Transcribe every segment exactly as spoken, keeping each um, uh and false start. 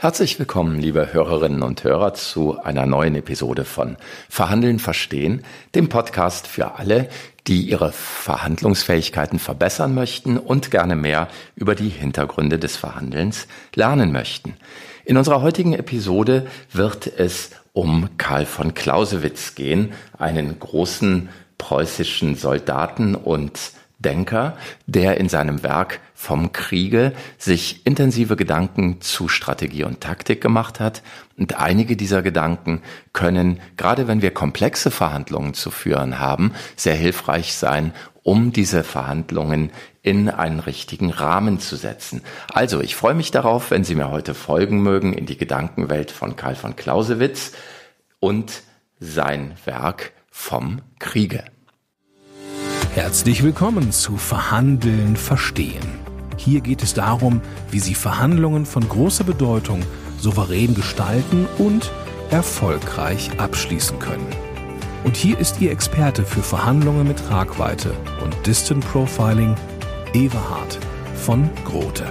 Herzlich willkommen, liebe Hörerinnen und Hörer, zu einer neuen Episode von Verhandeln verstehen, dem Podcast für alle, die ihre Verhandlungsfähigkeiten verbessern möchten und gerne mehr über die Hintergründe des Verhandelns lernen möchten. In unserer heutigen Episode wird es um Karl von Clausewitz gehen, einen großen preußischen Soldaten und Denker, der in seinem Werk Vom Kriege sich intensive Gedanken zu Strategie und Taktik gemacht hat. Und einige dieser Gedanken können, gerade wenn wir komplexe Verhandlungen zu führen haben, sehr hilfreich sein, um diese Verhandlungen in einen richtigen Rahmen zu setzen. Also, ich freue mich darauf, wenn Sie mir heute folgen mögen in die Gedankenwelt von Karl von Clausewitz und sein Werk Vom Kriege. Herzlich willkommen zu Verhandeln verstehen. Hier geht es darum, wie Sie Verhandlungen von großer Bedeutung souverän gestalten und erfolgreich abschließen können. Und hier ist Ihr Experte für Verhandlungen mit Tragweite und Distant Profiling, Everhard von Grote.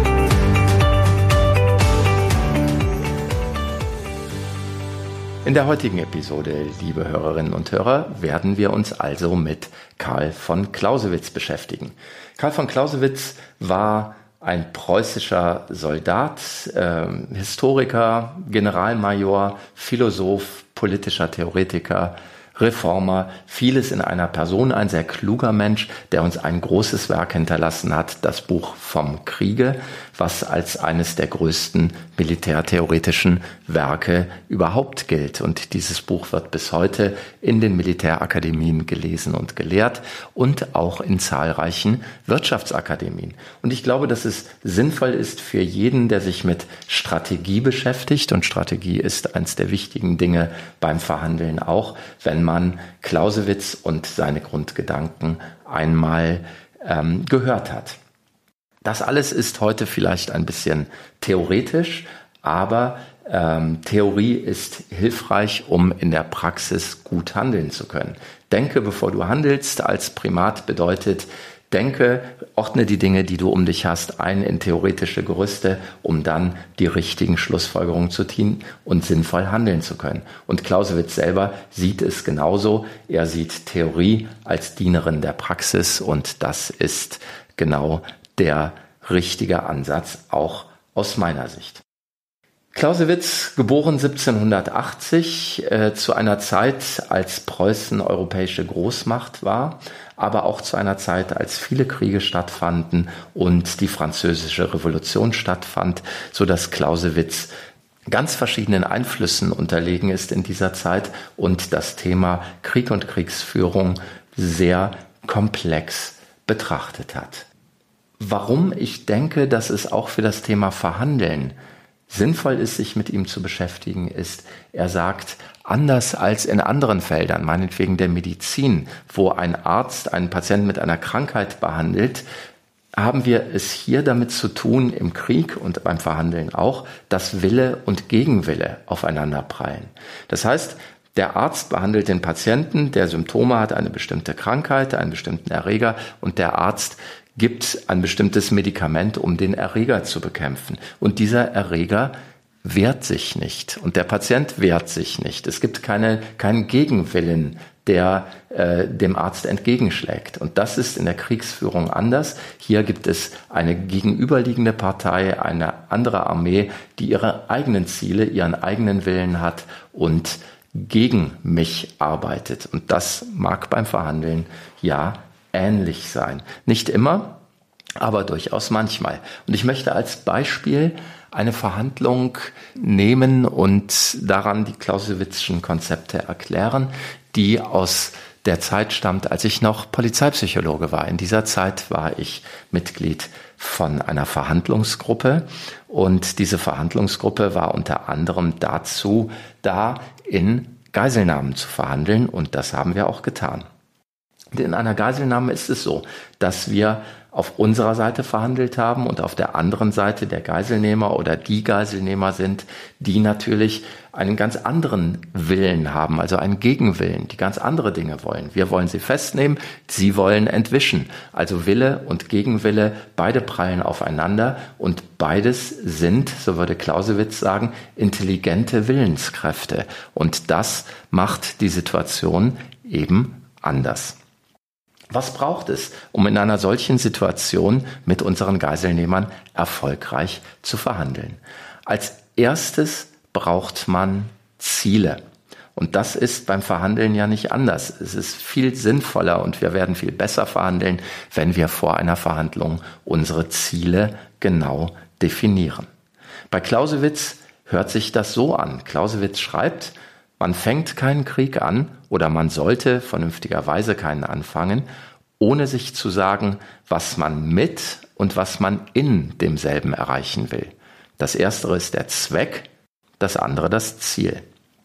In der heutigen Episode, liebe Hörerinnen und Hörer, werden wir uns also mit Karl von Clausewitz beschäftigen. Karl von Clausewitz war ein preußischer Soldat, äh, Historiker, Generalmajor, Philosoph, politischer Theoretiker, Reformer, vieles in einer Person, ein sehr kluger Mensch, der uns ein großes Werk hinterlassen hat, das Buch Vom Kriege, was als eines der größten militärtheoretischen Werke überhaupt gilt. Und dieses Buch wird bis heute in den Militärakademien gelesen und gelehrt und auch in zahlreichen Wirtschaftsakademien. Und ich glaube, dass es sinnvoll ist für jeden, der sich mit Strategie beschäftigt, und Strategie ist eines der wichtigen Dinge beim Verhandeln auch, wenn man Clausewitz und seine Grundgedanken einmal ähm, gehört hat. Das alles ist heute vielleicht ein bisschen theoretisch, aber ähm, Theorie ist hilfreich, um in der Praxis gut handeln zu können. Denke, bevor du handelst, als Primat bedeutet, denke, ordne die Dinge, die du um dich hast, ein in theoretische Gerüste, um dann die richtigen Schlussfolgerungen zu ziehen und sinnvoll handeln zu können. Und Clausewitz selber sieht es genauso. Er sieht Theorie als Dienerin der Praxis, und das ist genau der richtige Ansatz, auch aus meiner Sicht. Clausewitz, geboren siebzehnhundertachtzig, äh, zu einer Zeit, als Preußen europäische Großmacht war, aber auch zu einer Zeit, als viele Kriege stattfanden und die Französische Revolution stattfand, so dass Clausewitz ganz verschiedenen Einflüssen unterlegen ist in dieser Zeit und das Thema Krieg und Kriegsführung sehr komplex betrachtet hat. Warum ich denke, dass es auch für das Thema Verhandeln sinnvoll ist, sich mit ihm zu beschäftigen, ist, er sagt, anders als in anderen Feldern, meinetwegen der Medizin, wo ein Arzt einen Patienten mit einer Krankheit behandelt, haben wir es hier damit zu tun, im Krieg und beim Verhandeln auch, dass Wille und Gegenwille aufeinander prallen. Das heißt, der Arzt behandelt den Patienten, der Symptome hat, eine bestimmte Krankheit, einen bestimmten Erreger, und der Arzt gibt ein bestimmtes Medikament, um den Erreger zu bekämpfen. Und dieser Erreger wehrt sich nicht und der Patient wehrt sich nicht. Es gibt keine, keinen Gegenwillen, der äh, dem Arzt entgegenschlägt. Und das ist in der Kriegsführung anders. Hier gibt es eine gegenüberliegende Partei, eine andere Armee, die ihre eigenen Ziele, ihren eigenen Willen hat und gegen mich arbeitet. Und das mag beim Verhandeln ja ähnlich sein. Nicht immer, aber durchaus manchmal. Und ich möchte als Beispiel eine Verhandlung nehmen und daran die clausewitzschen Konzepte erklären, die aus der Zeit stammt, als ich noch Polizeipsychologe war. In dieser Zeit war ich Mitglied von einer Verhandlungsgruppe, und diese Verhandlungsgruppe war unter anderem dazu da, in Geiselnahmen zu verhandeln, und das haben wir auch getan. In einer Geiselnahme ist es so, dass wir auf unserer Seite verhandelt haben und auf der anderen Seite der Geiselnehmer oder die Geiselnehmer sind, die natürlich einen ganz anderen Willen haben, also einen Gegenwillen, die ganz andere Dinge wollen. Wir wollen sie festnehmen, sie wollen entwischen. Also Wille und Gegenwille, beide prallen aufeinander und beides sind, so würde Clausewitz sagen, intelligente Willenskräfte. Und das macht die Situation eben anders. Was braucht es, um in einer solchen Situation mit unseren Geiselnehmern erfolgreich zu verhandeln? Als erstes braucht man Ziele. Und das ist beim Verhandeln ja nicht anders. Es ist viel sinnvoller und wir werden viel besser verhandeln, wenn wir vor einer Verhandlung unsere Ziele genau definieren. Bei Clausewitz hört sich das so an. Clausewitz schreibt, man fängt keinen Krieg an oder man sollte vernünftigerweise keinen anfangen, ohne sich zu sagen, was man mit und was man in demselben erreichen will. Das Erstere ist der Zweck, das andere das Ziel.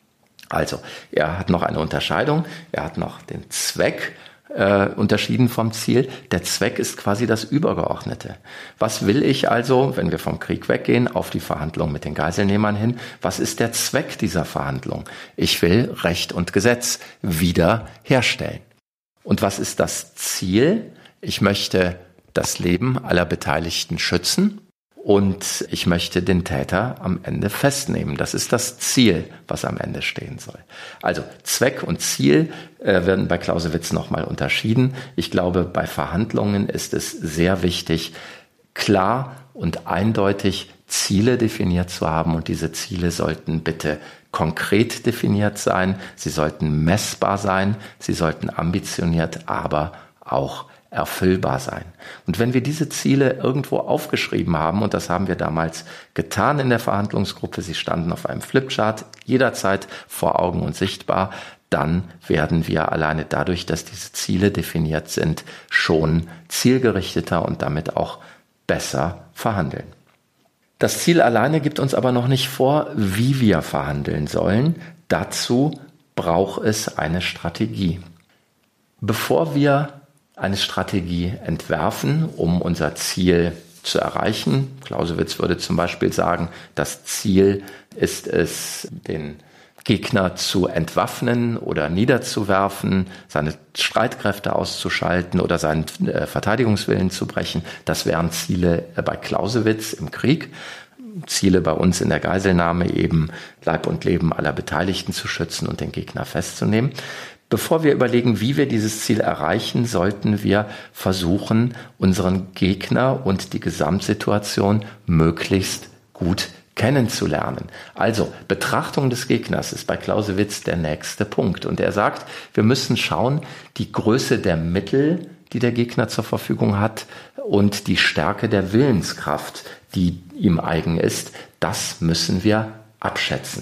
Also, er hat noch eine Unterscheidung, er hat noch den Zweck äh, unterschieden vom Ziel. Der Zweck ist quasi das Übergeordnete. Was will ich also, wenn wir vom Krieg weggehen, auf die Verhandlung mit den Geiselnehmern hin? Was ist der Zweck dieser Verhandlung? Ich will Recht und Gesetz wieder herstellen. Und was ist das Ziel? Ich möchte das Leben aller Beteiligten schützen und ich möchte den Täter am Ende festnehmen. Das ist das Ziel, was am Ende stehen soll. Also Zweck und Ziel äh, werden bei Clausewitz nochmal unterschieden. Ich glaube, bei Verhandlungen ist es sehr wichtig, klar und eindeutig Ziele definiert zu haben und diese Ziele sollten bitte konkret definiert sein, sie sollten messbar sein, sie sollten ambitioniert, aber auch erfüllbar sein. Und wenn wir diese Ziele irgendwo aufgeschrieben haben, und das haben wir damals getan in der Verhandlungsgruppe, sie standen auf einem Flipchart, jederzeit vor Augen und sichtbar, dann werden wir alleine dadurch, dass diese Ziele definiert sind, schon zielgerichteter und damit auch besser verhandeln. Das Ziel alleine gibt uns aber noch nicht vor, wie wir verhandeln sollen. Dazu braucht es eine Strategie. Bevor wir eine Strategie entwerfen, um unser Ziel zu erreichen, Clausewitz würde zum Beispiel sagen, das Ziel ist es, den Gegner zu entwaffnen oder niederzuwerfen, seine Streitkräfte auszuschalten oder seinen äh, Verteidigungswillen zu brechen. Das wären Ziele äh, bei Clausewitz im Krieg. Ziele bei uns in der Geiselnahme eben Leib und Leben aller Beteiligten zu schützen und den Gegner festzunehmen. Bevor wir überlegen, wie wir dieses Ziel erreichen, sollten wir versuchen, unseren Gegner und die Gesamtsituation möglichst gut kennenzulernen. Also Betrachtung des Gegners ist bei Clausewitz der nächste Punkt. Und er sagt, wir müssen schauen, die Größe der Mittel, die der Gegner zur Verfügung hat und die Stärke der Willenskraft, die ihm eigen ist, das müssen wir abschätzen.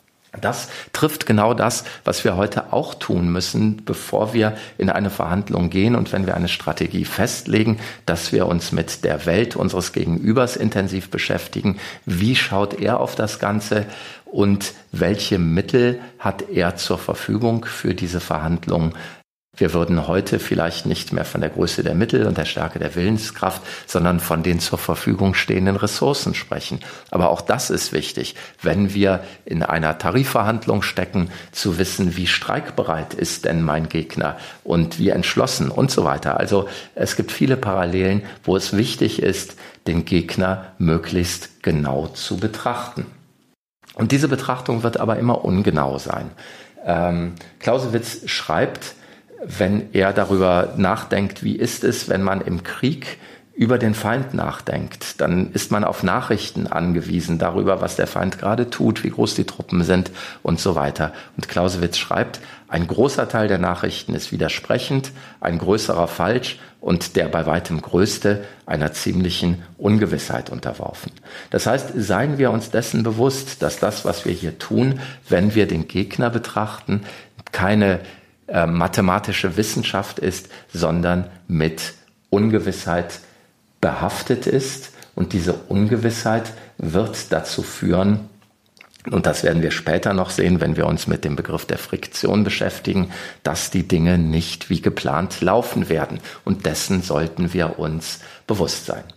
Das trifft genau das, was wir heute auch tun müssen, bevor wir in eine Verhandlung gehen und wenn wir eine Strategie festlegen, dass wir uns mit der Welt unseres Gegenübers intensiv beschäftigen. Wie schaut er auf das Ganze und welche Mittel hat er zur Verfügung für diese Verhandlung? Wir würden heute vielleicht nicht mehr von der Größe der Mittel und der Stärke der Willenskraft, sondern von den zur Verfügung stehenden Ressourcen sprechen. Aber auch das ist wichtig, wenn wir in einer Tarifverhandlung stecken, zu wissen, wie streikbereit ist denn mein Gegner und wie entschlossen und so weiter. Also es gibt viele Parallelen, wo es wichtig ist, den Gegner möglichst genau zu betrachten. Und diese Betrachtung wird aber immer ungenau sein. Ähm, Clausewitz schreibt, wenn er darüber nachdenkt, wie ist es, wenn man im Krieg über den Feind nachdenkt, dann ist man auf Nachrichten angewiesen darüber, was der Feind gerade tut, wie groß die Truppen sind und so weiter. Und Clausewitz schreibt, ein großer Teil der Nachrichten ist widersprechend, ein größerer falsch und der bei weitem größte einer ziemlichen Ungewissheit unterworfen. Das heißt, seien wir uns dessen bewusst, dass das, was wir hier tun, wenn wir den Gegner betrachten, keine Äh, mathematische Wissenschaft ist, sondern mit Ungewissheit behaftet ist. Und diese Ungewissheit wird dazu führen, Und das werden wir später noch sehen, wenn wir uns mit dem Begriff der Friktion beschäftigen, dass die Dinge nicht wie geplant laufen werden. Und dessen sollten wir uns bewusst sein.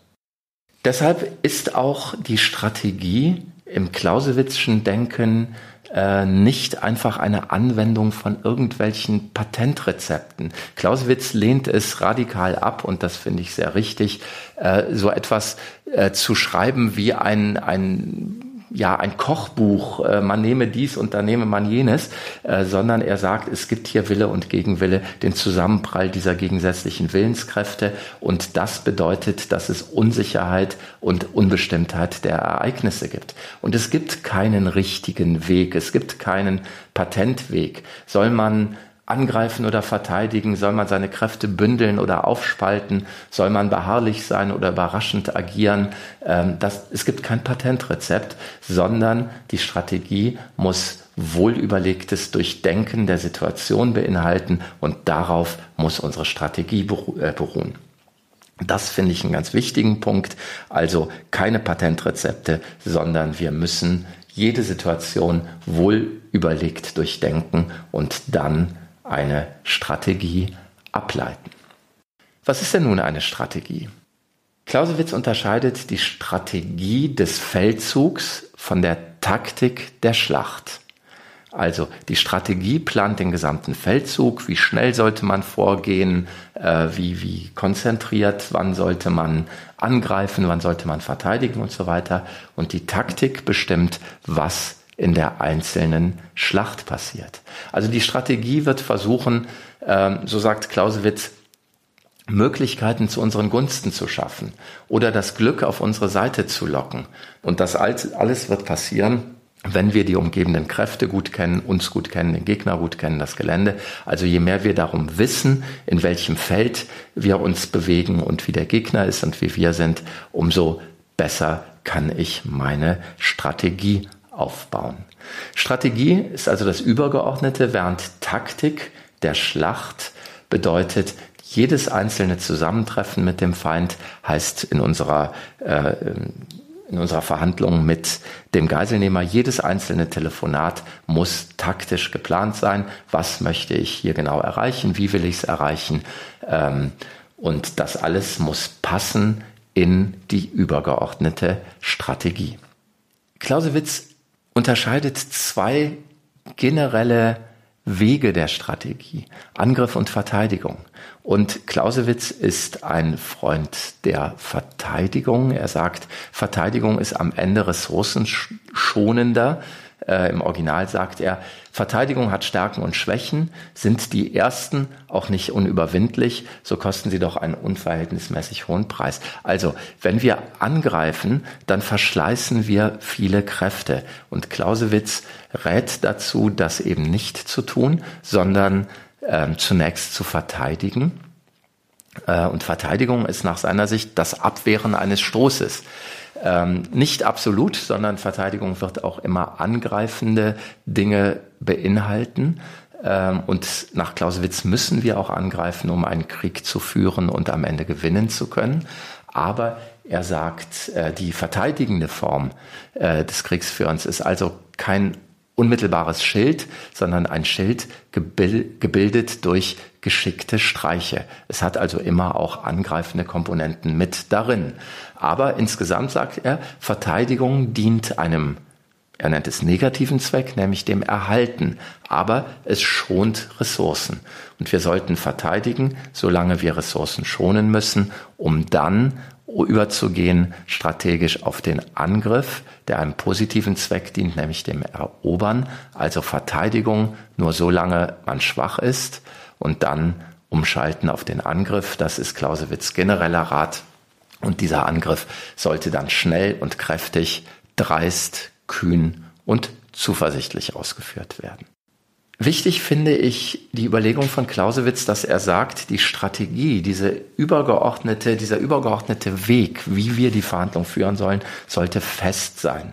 Deshalb ist auch die Strategie im Clausewitzschen Denken äh, nicht einfach eine Anwendung von irgendwelchen Patentrezepten. Clausewitz lehnt es radikal ab, und das finde ich sehr richtig, äh, so etwas äh, zu schreiben wie ein, ein ja, ein Kochbuch, äh, man nehme dies und dann nehme man jenes, äh, sondern er sagt, es gibt hier Wille und Gegenwille, den Zusammenprall dieser gegensätzlichen Willenskräfte, und das bedeutet, dass es Unsicherheit und Unbestimmtheit der Ereignisse gibt. Und es gibt keinen richtigen Weg, es gibt keinen Patentweg. Soll man angreifen oder verteidigen? Soll man seine Kräfte bündeln oder aufspalten? Soll man beharrlich sein oder überraschend agieren? Ähm, das, es gibt kein Patentrezept, sondern die Strategie muss wohlüberlegtes Durchdenken der Situation beinhalten, und darauf muss unsere Strategie beruhen. Das finde ich einen ganz wichtigen Punkt. Also keine Patentrezepte, sondern wir müssen jede Situation wohlüberlegt durchdenken und dann eine Strategie ableiten. Was ist denn nun eine Strategie? Clausewitz unterscheidet die Strategie des Feldzugs von der Taktik der Schlacht. Also die Strategie plant den gesamten Feldzug, wie schnell sollte man vorgehen, äh, wie, wie konzentriert, wann sollte man angreifen, wann sollte man verteidigen und so weiter. Und die Taktik bestimmt, was in der einzelnen Schlacht passiert. Also die Strategie wird versuchen, ähm, so sagt Clausewitz, Möglichkeiten zu unseren Gunsten zu schaffen oder das Glück auf unsere Seite zu locken. Und das alles wird passieren, wenn wir die umgebenden Kräfte gut kennen, uns gut kennen, den Gegner gut kennen, das Gelände. Also je mehr wir darum wissen, in welchem Feld wir uns bewegen und wie der Gegner ist und wie wir sind, umso besser kann ich meine Strategie aufbauen. Strategie ist also das Übergeordnete, während Taktik der Schlacht bedeutet, jedes einzelne Zusammentreffen mit dem Feind heißt in unserer, äh, in unserer Verhandlung mit dem Geiselnehmer, jedes einzelne Telefonat muss taktisch geplant sein. Was möchte ich hier genau erreichen? Wie will ich es erreichen? Ähm, und das alles muss passen in die übergeordnete Strategie. Clausewitz unterscheidet zwei generelle Wege der Strategie, Angriff und Verteidigung. Und Clausewitz ist ein Freund der Verteidigung. Er sagt, Verteidigung ist am Ende ressourcenschonender. Äh, Im Original sagt er, Verteidigung hat Stärken und Schwächen, sind die ersten auch nicht unüberwindlich, so kosten sie doch einen unverhältnismäßig hohen Preis. Also, wenn wir angreifen, dann verschleißen wir viele Kräfte. Und Clausewitz rät dazu, das eben nicht zu tun, sondern äh, zunächst zu verteidigen. Äh, und Verteidigung ist nach seiner Sicht das Abwehren eines Stoßes. Ähm, nicht absolut, sondern Verteidigung wird auch immer angreifende Dinge beinhalten. Ähm, und nach Clausewitz müssen wir auch angreifen, um einen Krieg zu führen und am Ende gewinnen zu können. Aber er sagt, äh, die verteidigende Form äh, des Kriegsführens ist also kein unmittelbares Schild, sondern ein Schild gebild, gebildet durch geschickte Streiche. Es hat also immer auch angreifende Komponenten mit darin. Aber insgesamt sagt er, Verteidigung dient einem, er nennt es negativen Zweck, nämlich dem Erhalten. Aber es schont Ressourcen. Und wir sollten verteidigen, solange wir Ressourcen schonen müssen, um dann überzugehen strategisch auf den Angriff, der einem positiven Zweck dient, nämlich dem Erobern. Also Verteidigung nur solange man schwach ist und dann umschalten auf den Angriff. Das ist Clausewitz' genereller Rat. Und dieser Angriff sollte dann schnell und kräftig, dreist, kühn und zuversichtlich ausgeführt werden. Wichtig finde ich die Überlegung von Clausewitz, dass er sagt, die Strategie, diese übergeordnete, dieser übergeordnete Weg, wie wir die Verhandlung führen sollen, sollte fest sein.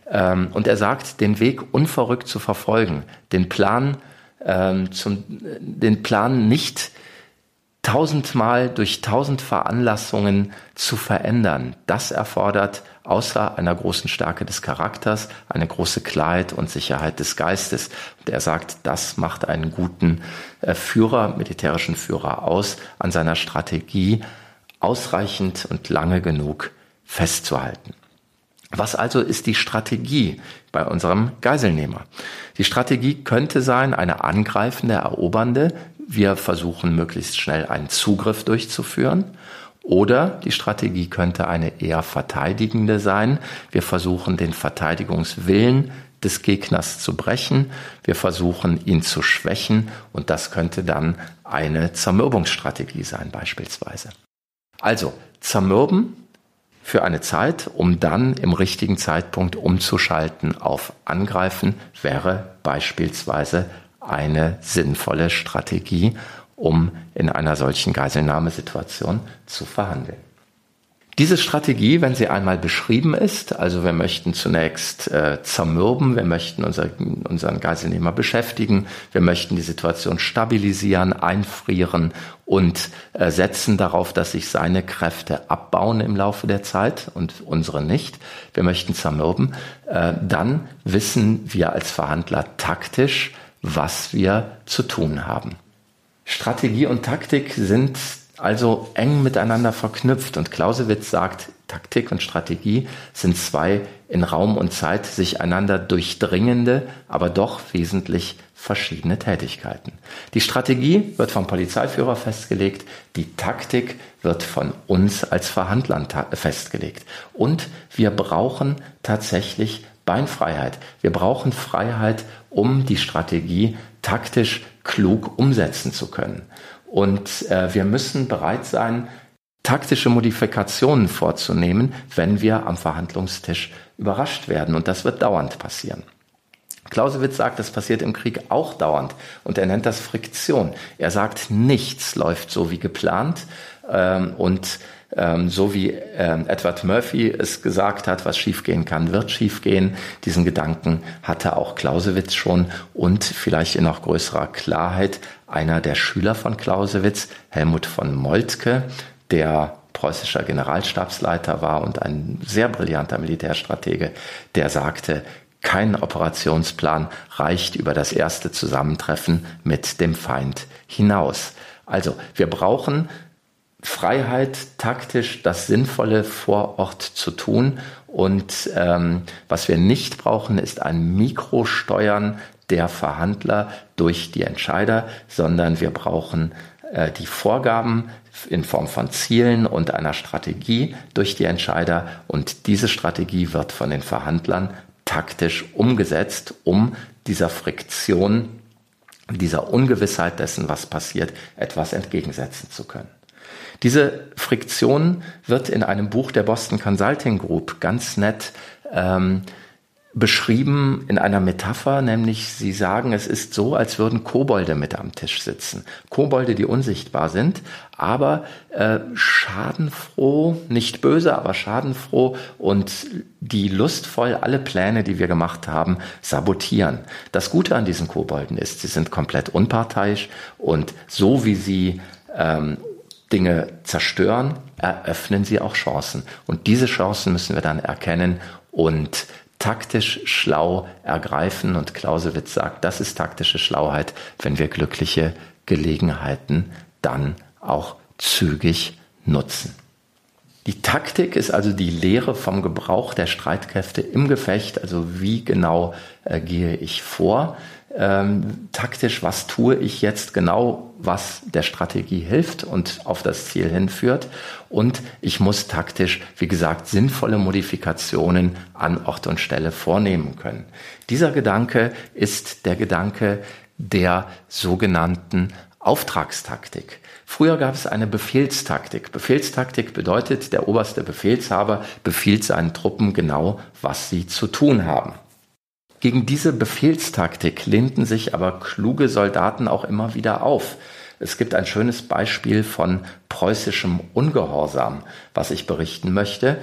Und er sagt, den Weg unverrückt zu verfolgen, den Plan, zum, den Plan nicht tausendmal durch tausend Veranlassungen zu verändern. Das erfordert außer einer großen Stärke des Charakters eine große Klarheit und Sicherheit des Geistes. Und er sagt, das macht einen guten Führer, militärischen Führer aus, an seiner Strategie ausreichend und lange genug festzuhalten. Was also ist die Strategie bei unserem Geiselnehmer? Die Strategie könnte sein, eine angreifende, erobernde. Wir versuchen möglichst schnell einen Zugriff durchzuführen. Oder die Strategie könnte eine eher verteidigende sein. Wir versuchen den Verteidigungswillen des Gegners zu brechen. Wir versuchen ihn zu schwächen. Und das könnte dann eine Zermürbungsstrategie sein beispielsweise. Also zermürben für eine Zeit, um dann im richtigen Zeitpunkt umzuschalten auf Angreifen, wäre beispielsweise eine sinnvolle Strategie, um in einer solchen Geiselnahmesituation zu verhandeln. Diese Strategie, wenn sie einmal beschrieben ist, also wir möchten zunächst äh, zermürben, wir möchten unser, unseren Geiselnehmer beschäftigen, wir möchten die Situation stabilisieren, einfrieren und äh, setzen darauf, dass sich seine Kräfte abbauen im Laufe der Zeit und unsere nicht. Wir möchten zermürben. Äh, dann wissen wir als Verhandler taktisch, was wir zu tun haben. Strategie und Taktik sind also eng miteinander verknüpft. Und Clausewitz sagt, Taktik und Strategie sind zwei in Raum und Zeit sich einander durchdringende, aber doch wesentlich verschiedene Tätigkeiten. Die Strategie wird vom Polizeiführer festgelegt, die Taktik wird von uns als Verhandlern ta- festgelegt. Und wir brauchen tatsächlich Beinfreiheit. Wir brauchen Freiheit, um die Strategie taktisch klug umsetzen zu können. Und äh, wir müssen bereit sein, taktische Modifikationen vorzunehmen, wenn wir am Verhandlungstisch überrascht werden. Und das wird dauernd passieren. Clausewitz sagt, das passiert im Krieg auch dauernd. Und er nennt das Friktion. Er sagt, nichts läuft so wie geplant. Ähm, und ähm, so wie ähm, Edward Murphy es gesagt hat, was schiefgehen kann, wird schiefgehen. Diesen Gedanken hatte auch Clausewitz schon und vielleicht in noch größerer Klarheit einer der Schüler von Clausewitz, Helmut von Moltke, der preußischer Generalstabsleiter war und ein sehr brillanter Militärstratege, der sagte, kein Operationsplan reicht über das erste Zusammentreffen mit dem Feind hinaus. Also wir brauchen Freiheit, taktisch das Sinnvolle vor Ort zu tun. Und ähm, was wir nicht brauchen, ist ein Mikrosteuern der Verhandler durch die Entscheider, sondern wir brauchen äh, die Vorgaben in Form von Zielen und einer Strategie durch die Entscheider. Und diese Strategie wird von den Verhandlern taktisch umgesetzt, um dieser Friktion, dieser Ungewissheit dessen, was passiert, etwas entgegensetzen zu können. Diese Friktion wird in einem Buch der Boston Consulting Group ganz nett ähm, beschrieben in einer Metapher, nämlich sie sagen, es ist so, als würden Kobolde mit am Tisch sitzen. Kobolde, die unsichtbar sind, aber äh, schadenfroh, nicht böse, aber schadenfroh und die lustvoll alle Pläne, die wir gemacht haben, sabotieren. Das Gute an diesen Kobolden ist, sie sind komplett unparteiisch und so wie sie ähm, Dinge zerstören, eröffnen sie auch Chancen. Und diese Chancen müssen wir dann erkennen und taktisch schlau ergreifen. Und Clausewitz sagt, das ist taktische Schlauheit, wenn wir glückliche Gelegenheiten dann auch zügig nutzen. Die Taktik ist also die Lehre vom Gebrauch der Streitkräfte im Gefecht, also wie genau äh, gehe ich vor. Ähm, taktisch, was tue ich jetzt genau, was der Strategie hilft und auf das Ziel hinführt. Und ich muss taktisch, wie gesagt, sinnvolle Modifikationen an Ort und Stelle vornehmen können. Dieser Gedanke ist der Gedanke der sogenannten Auftragstaktik. Früher gab es eine Befehlstaktik. Befehlstaktik bedeutet, der oberste Befehlshaber befiehlt seinen Truppen genau, was sie zu tun haben. Gegen diese Befehlstaktik lehnten sich aber kluge Soldaten auch immer wieder auf. Es gibt ein schönes Beispiel von preußischem Ungehorsam, was ich berichten möchte,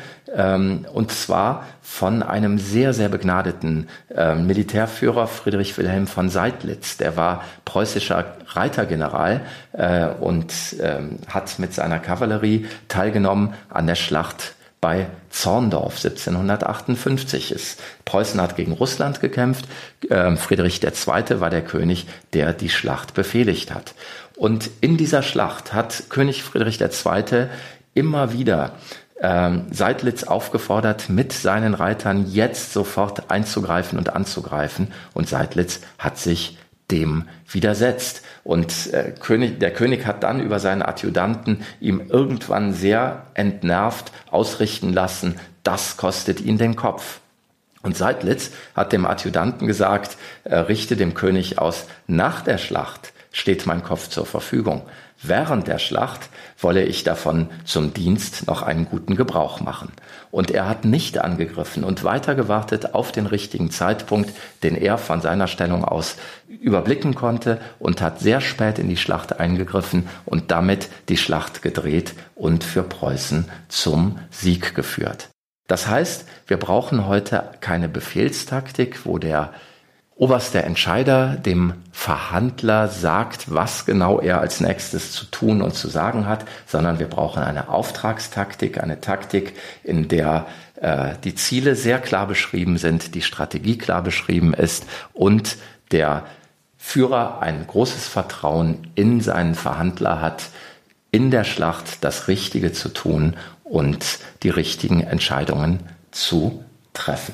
und zwar von einem sehr, sehr begnadeten Militärführer Friedrich Wilhelm von Seydlitz. Der war preußischer Reitergeneral und hat mit seiner Kavallerie teilgenommen an der Schlacht bei Zorndorf siebzehnhundertachtundfünfzig ist. Preußen hat gegen Russland gekämpft. Friedrich der Zweite war der König, der die Schlacht befehligt hat. Und in dieser Schlacht hat König Friedrich der Zweite immer wieder ähm, Seydlitz aufgefordert, mit seinen Reitern jetzt sofort einzugreifen und anzugreifen. Und Seydlitz hat sich dem widersetzt. Und äh, König, der König hat dann über seinen Adjutanten ihm irgendwann sehr entnervt ausrichten lassen, das kostet ihn den Kopf. Und Seydlitz hat dem Adjutanten gesagt, äh, richte dem König aus, nach der Schlacht steht mein Kopf zur Verfügung. Während der Schlacht wolle ich davon zum Dienst noch einen guten Gebrauch machen. Und er hat nicht angegriffen und weiter gewartet auf den richtigen Zeitpunkt, den er von seiner Stellung aus überblicken konnte, und hat sehr spät in die Schlacht eingegriffen und damit die Schlacht gedreht und für Preußen zum Sieg geführt. Das heißt, wir brauchen heute keine Befehlstaktik, wo der oberster Entscheider dem Verhandler sagt, was genau er als nächstes zu tun und zu sagen hat, sondern wir brauchen eine Auftragstaktik, eine Taktik, in der äh, die Ziele sehr klar beschrieben sind, die Strategie klar beschrieben ist und der Führer ein großes Vertrauen in seinen Verhandler hat, in der Schlacht das Richtige zu tun und die richtigen Entscheidungen zu treffen.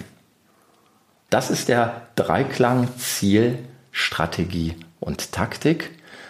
Das ist der Dreiklang Ziel, Strategie und Taktik.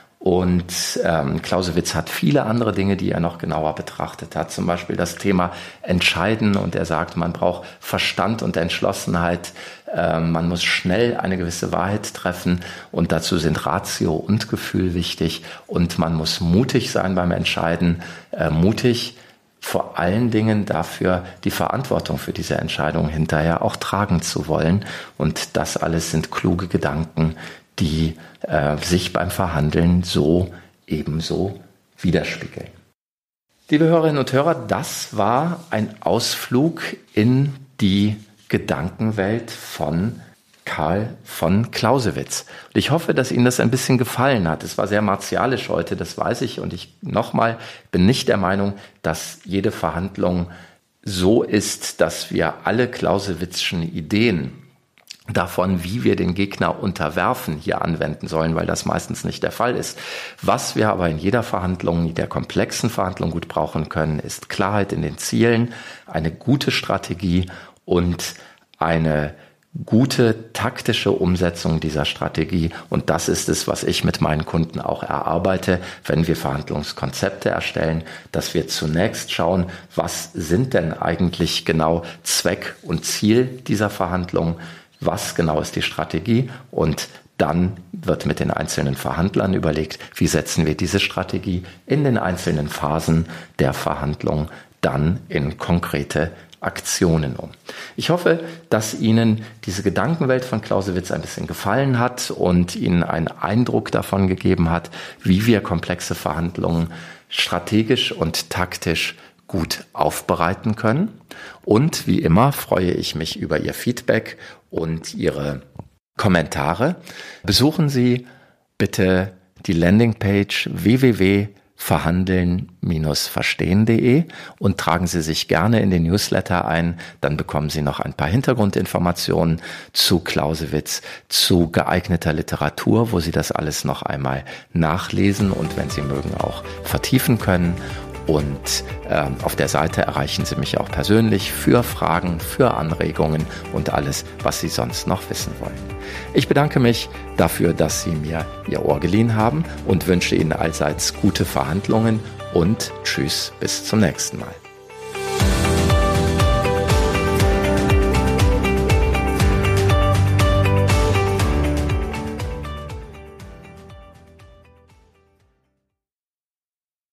Und ähm, Clausewitz hat viele andere Dinge, die er noch genauer betrachtet hat. Zum Beispiel das Thema Entscheiden. Und er sagt, man braucht Verstand und Entschlossenheit. Äh, man muss schnell eine gewisse Wahrheit treffen. Und dazu sind Ratio und Gefühl wichtig. Und man muss mutig sein beim Entscheiden. Äh, mutig vor allen Dingen dafür, die Verantwortung für diese Entscheidung hinterher auch tragen zu wollen. Und das alles sind kluge Gedanken, die äh, sich beim Verhandeln so ebenso widerspiegeln. Liebe Hörerinnen und Hörer, das war ein Ausflug in die Gedankenwelt von Karl von Clausewitz. Und ich hoffe, dass Ihnen das ein bisschen gefallen hat. Es war sehr martialisch heute, das weiß ich. Und ich nochmal bin nicht der Meinung, dass jede Verhandlung so ist, dass wir alle Clausewitzschen Ideen davon, wie wir den Gegner unterwerfen, hier anwenden sollen, weil das meistens nicht der Fall ist. Was wir aber in jeder Verhandlung, in der komplexen Verhandlung gut brauchen können, ist Klarheit in den Zielen, eine gute Strategie und eine gute taktische Umsetzung dieser Strategie. Und das ist es, was ich mit meinen Kunden auch erarbeite, wenn wir Verhandlungskonzepte erstellen, dass wir zunächst schauen, was sind denn eigentlich genau Zweck und Ziel dieser Verhandlung, was genau ist die Strategie, und dann wird mit den einzelnen Verhandlern überlegt, wie setzen wir diese Strategie in den einzelnen Phasen der Verhandlung dann in konkrete Aktionen um. Ich hoffe, dass Ihnen diese Gedankenwelt von Clausewitz ein bisschen gefallen hat und Ihnen einen Eindruck davon gegeben hat, wie wir komplexe Verhandlungen strategisch und taktisch gut aufbereiten können. Und wie immer freue ich mich über Ihr Feedback und Ihre Kommentare. Besuchen Sie bitte die Landingpage w w w punkt verhandeln Bindestrich verstehen punkt de und tragen Sie sich gerne in den Newsletter ein. Dann bekommen Sie noch ein paar Hintergrundinformationen zu Clausewitz, zu geeigneter Literatur, wo Sie das alles noch einmal nachlesen und, wenn Sie mögen, auch vertiefen können. Und äh, auf der Seite erreichen Sie mich auch persönlich für Fragen, für Anregungen und alles, was Sie sonst noch wissen wollen. Ich bedanke mich dafür, dass Sie mir Ihr Ohr geliehen haben und wünsche Ihnen allseits gute Verhandlungen und tschüss, bis zum nächsten Mal.